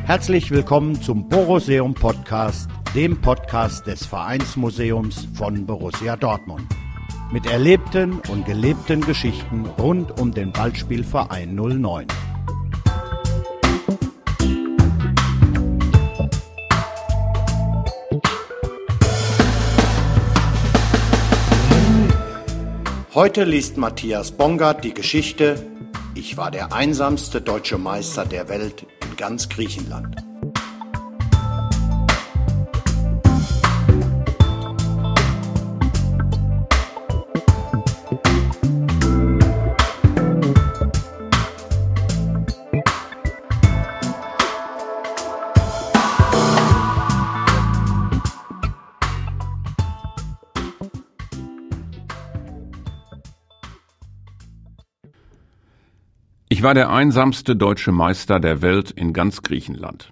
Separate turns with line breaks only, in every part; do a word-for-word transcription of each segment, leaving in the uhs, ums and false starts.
Herzlich willkommen zum Boruseum Podcast, dem Podcast des Vereinsmuseums von Borussia Dortmund. Mit erlebten und gelebten Geschichten rund um den Ballspielverein null neun. Heute liest Matthias Bongard die Geschichte „Ich war der einsamste deutsche Meister der Welt in ganz Griechenland".
Ich war der einsamste deutsche Meister der Welt in ganz Griechenland.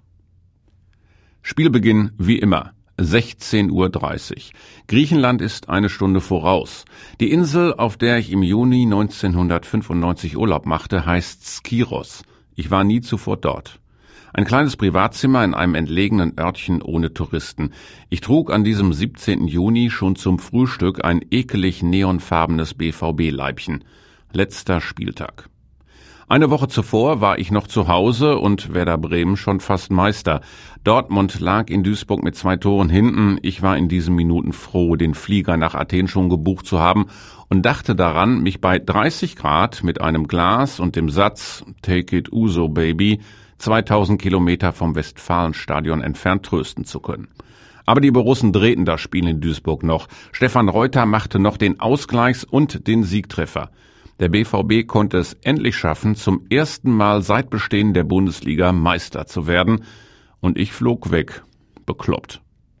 Spielbeginn wie immer, sechzehn Uhr dreißig. Griechenland ist eine Stunde voraus. Die Insel, auf der ich im Juni neunzehnhundertfünfundneunzig Urlaub machte, heißt Skiros. Ich war nie zuvor dort. Ein kleines Privatzimmer in einem entlegenen Örtchen ohne Touristen. Ich trug an diesem siebzehnten Juni schon zum Frühstück ein ekelig neonfarbenes B V B-Leibchen. Letzter Spieltag. Eine Woche zuvor war ich noch zu Hause und Werder Bremen schon fast Meister. Dortmund lag in Duisburg mit zwei Toren hinten. Ich war in diesen Minuten froh, den Flieger nach Athen schon gebucht zu haben und dachte daran, mich bei dreißig Grad mit einem Glas und dem Satz "Take it Uso, baby" zweitausend Kilometer vom Westfalenstadion entfernt trösten zu können. Aber die Borussen drehten das Spiel in Duisburg noch. Stefan Reuter machte noch den Ausgleichs- und den Siegtreffer. Der B V B konnte es endlich schaffen, zum ersten Mal seit Bestehen der Bundesliga Meister zu werden. Und ich flog weg. Bekloppt.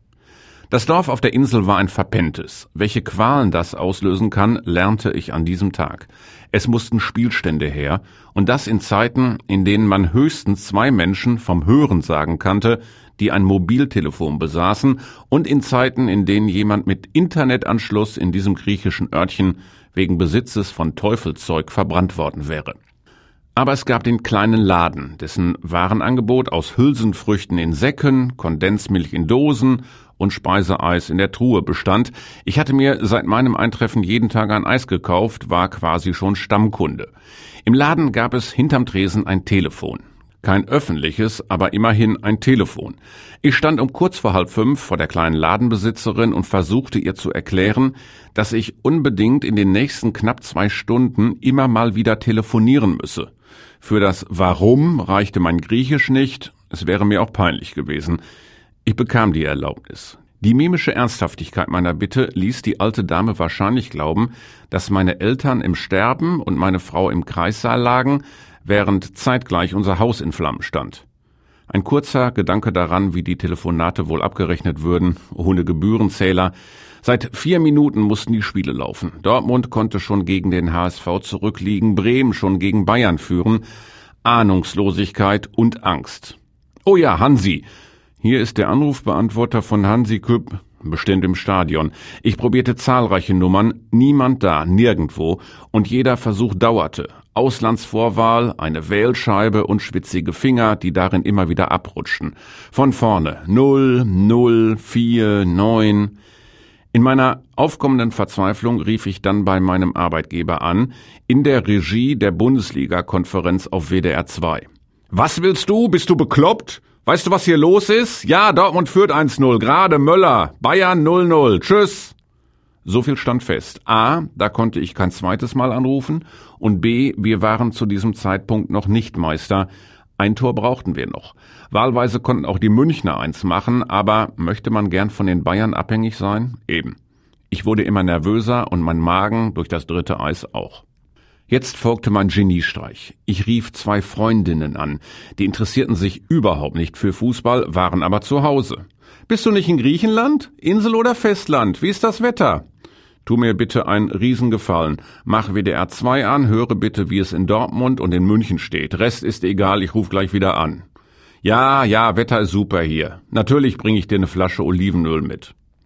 Das Dorf auf der Insel war ein verpenntes. Welche Qualen das auslösen kann, lernte ich an diesem Tag. Es mussten Spielstände her. Und das in Zeiten, in denen man höchstens zwei Menschen vom Hörensagen kannte, die ein Mobiltelefon besaßen, und in Zeiten, in denen jemand mit Internetanschluss in diesem griechischen Örtchen wegen Besitzes von Teufelszeug verbrannt worden wäre. Aber es gab den kleinen Laden, dessen Warenangebot aus Hülsenfrüchten in Säcken, Kondensmilch in Dosen und Speiseeis in der Truhe bestand. Ich hatte mir seit meinem Eintreffen jeden Tag ein Eis gekauft, war quasi schon Stammkunde. Im Laden gab es hinterm Tresen ein Telefon. Kein öffentliches, aber immerhin ein Telefon. Ich stand um kurz vor halb fünf vor der kleinen Ladenbesitzerin und versuchte ihr zu erklären, dass ich unbedingt in den nächsten knapp zwei Stunden immer mal wieder telefonieren müsse. Für das Warum reichte mein Griechisch nicht, es wäre mir auch peinlich gewesen. Ich bekam die Erlaubnis. Die mimische Ernsthaftigkeit meiner Bitte ließ die alte Dame wahrscheinlich glauben, dass meine Eltern im Sterben und meine Frau im Kreissaal lagen, während zeitgleich unser Haus in Flammen stand. Ein kurzer Gedanke daran, wie die Telefonate wohl abgerechnet würden, ohne Gebührenzähler. Seit vier Minuten mussten die Spiele laufen. Dortmund konnte schon gegen den H S V zurückliegen, Bremen schon gegen Bayern führen. Ahnungslosigkeit und Angst. Oh ja, Hansi. Hier ist der Anrufbeantworter von Hansi Küpp, bestimmt im Stadion. Ich probierte zahlreiche Nummern, niemand da, nirgendwo, und jeder Versuch dauerte. Auslandsvorwahl, eine Wählscheibe und schwitzige Finger, die darin immer wieder abrutschten. Von vorne null, null, vier, neun. In meiner aufkommenden Verzweiflung rief ich dann bei meinem Arbeitgeber an, in der Regie der Bundesliga-Konferenz auf W D R zwei. Was willst du? Bist du bekloppt? Weißt du, was hier los ist? Ja, Dortmund führt eins null, gerade Möller, Bayern null null, tschüss. So viel stand fest. A, da konnte ich kein zweites Mal anrufen, und B, wir waren zu diesem Zeitpunkt noch nicht Meister. Ein Tor brauchten wir noch. Wahlweise konnten auch die Münchner eins machen, aber möchte man gern von den Bayern abhängig sein? Eben. Ich wurde immer nervöser und mein Magen durch das dritte Eis auch. Jetzt folgte mein Geniestreich. Ich rief zwei Freundinnen an. Die interessierten sich überhaupt nicht für Fußball, waren aber zu Hause. Bist du nicht in Griechenland? Insel oder Festland? Wie ist das Wetter? Tu mir bitte einen Riesengefallen. Mach W D R zwei an, höre bitte, wie es in Dortmund und in München steht. Rest ist egal, ich ruf gleich wieder an. Ja, ja, Wetter ist super hier. Natürlich bringe ich dir eine Flasche Olivenöl mit.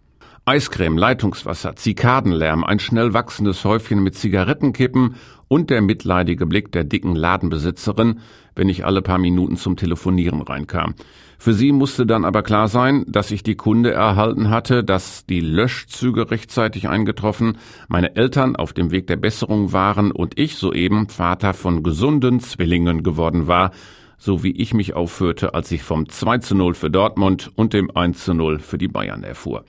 Eiscreme, Leitungswasser, Zikadenlärm, ein schnell wachsendes Häufchen mit Zigarettenkippen und der mitleidige Blick der dicken Ladenbesitzerin, wenn ich alle paar Minuten zum Telefonieren reinkam. Für sie musste dann aber klar sein, dass ich die Kunde erhalten hatte, dass die Löschzüge rechtzeitig eingetroffen, meine Eltern auf dem Weg der Besserung waren und ich soeben Vater von gesunden Zwillingen geworden war, so wie ich mich aufführte, als ich vom zwei zu null für Dortmund und dem eins zu null für die Bayern erfuhr.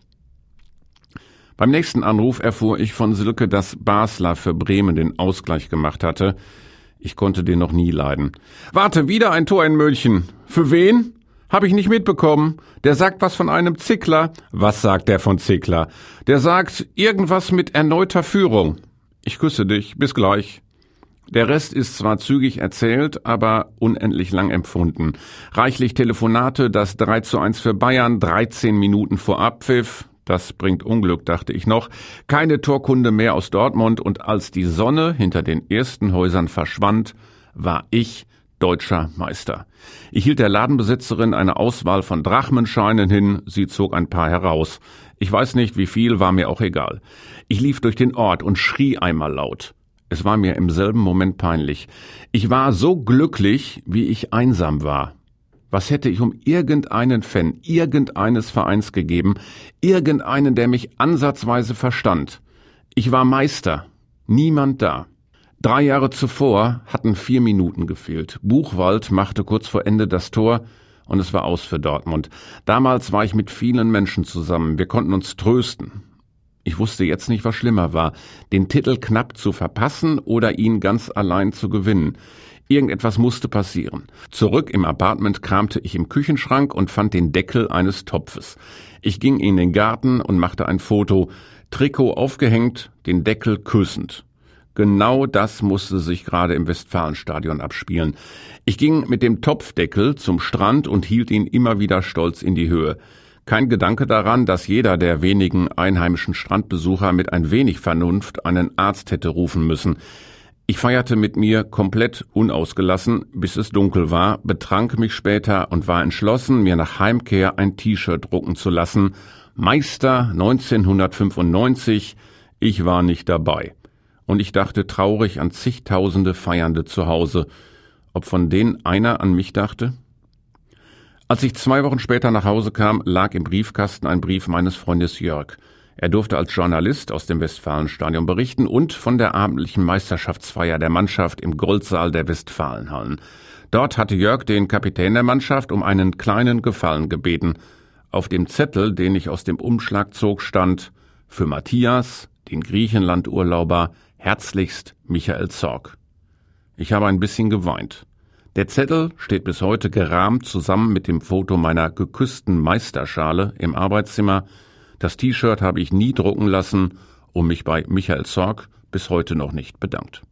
Beim nächsten Anruf erfuhr ich von Silke, dass Basler für Bremen den Ausgleich gemacht hatte. Ich konnte den noch nie leiden. »Warte, wieder ein Tor in München. Für wen? Hab ich nicht mitbekommen. Der sagt was von einem Zickler.« »Was sagt der von Zickler?« »Der sagt irgendwas mit erneuter Führung.« »Ich küsse dich. Bis gleich.« Der Rest ist zwar zügig erzählt, aber unendlich lang empfunden. Reichlich Telefonate, das drei zu eins für Bayern, dreizehn Minuten vor Abpfiff. Das bringt Unglück, dachte ich noch. Keine Torkunde mehr aus Dortmund, und als die Sonne hinter den ersten Häusern verschwand, war ich deutscher Meister. Ich hielt der Ladenbesitzerin eine Auswahl von Drachmenscheinen hin, sie zog ein paar heraus. Ich weiß nicht, wie viel, war mir auch egal. Ich lief durch den Ort und schrie einmal laut. Es war mir im selben Moment peinlich. Ich war so glücklich, wie ich einsam war. Was hätte ich um irgendeinen Fan, irgendeines Vereins gegeben, irgendeinen, der mich ansatzweise verstand? Ich war Meister, niemand da. Drei Jahre zuvor hatten vier Minuten gefehlt. Buchwald machte kurz vor Ende das Tor und es war aus für Dortmund. Damals war ich mit vielen Menschen zusammen, wir konnten uns trösten. Ich wusste jetzt nicht, was schlimmer war, den Titel knapp zu verpassen oder ihn ganz allein zu gewinnen. Irgendetwas musste passieren. Zurück im Apartment kramte ich im Küchenschrank und fand den Deckel eines Topfes. Ich ging in den Garten und machte ein Foto, Trikot aufgehängt, den Deckel küssend. Genau das musste sich gerade im Westfalenstadion abspielen. Ich ging mit dem Topfdeckel zum Strand und hielt ihn immer wieder stolz in die Höhe. Kein Gedanke daran, dass jeder der wenigen einheimischen Strandbesucher mit ein wenig Vernunft einen Arzt hätte rufen müssen. Ich feierte mit mir komplett unausgelassen, bis es dunkel war, betrank mich später und war entschlossen, mir nach Heimkehr ein T-Shirt drucken zu lassen. Meister neunzehnhundertfünfundneunzig, ich war nicht dabei. Und ich dachte traurig an zigtausende Feiernde zu Hause. Ob von denen einer an mich dachte? Als ich zwei Wochen später nach Hause kam, lag im Briefkasten ein Brief meines Freundes Jörg. Er durfte als Journalist aus dem Westfalenstadion berichten und von der abendlichen Meisterschaftsfeier der Mannschaft im Goldsaal der Westfalenhallen. Dort hatte Jörg den Kapitän der Mannschaft um einen kleinen Gefallen gebeten. Auf dem Zettel, den ich aus dem Umschlag zog, stand: Für Matthias, den Griechenlandurlauber, herzlichst Michael Zorc. Ich habe ein bisschen geweint. Der Zettel steht bis heute gerahmt zusammen mit dem Foto meiner geküssten Meisterschale im Arbeitszimmer. Das T-Shirt habe ich nie drucken lassen und mich bei Michael Zorc bis heute noch nicht bedankt.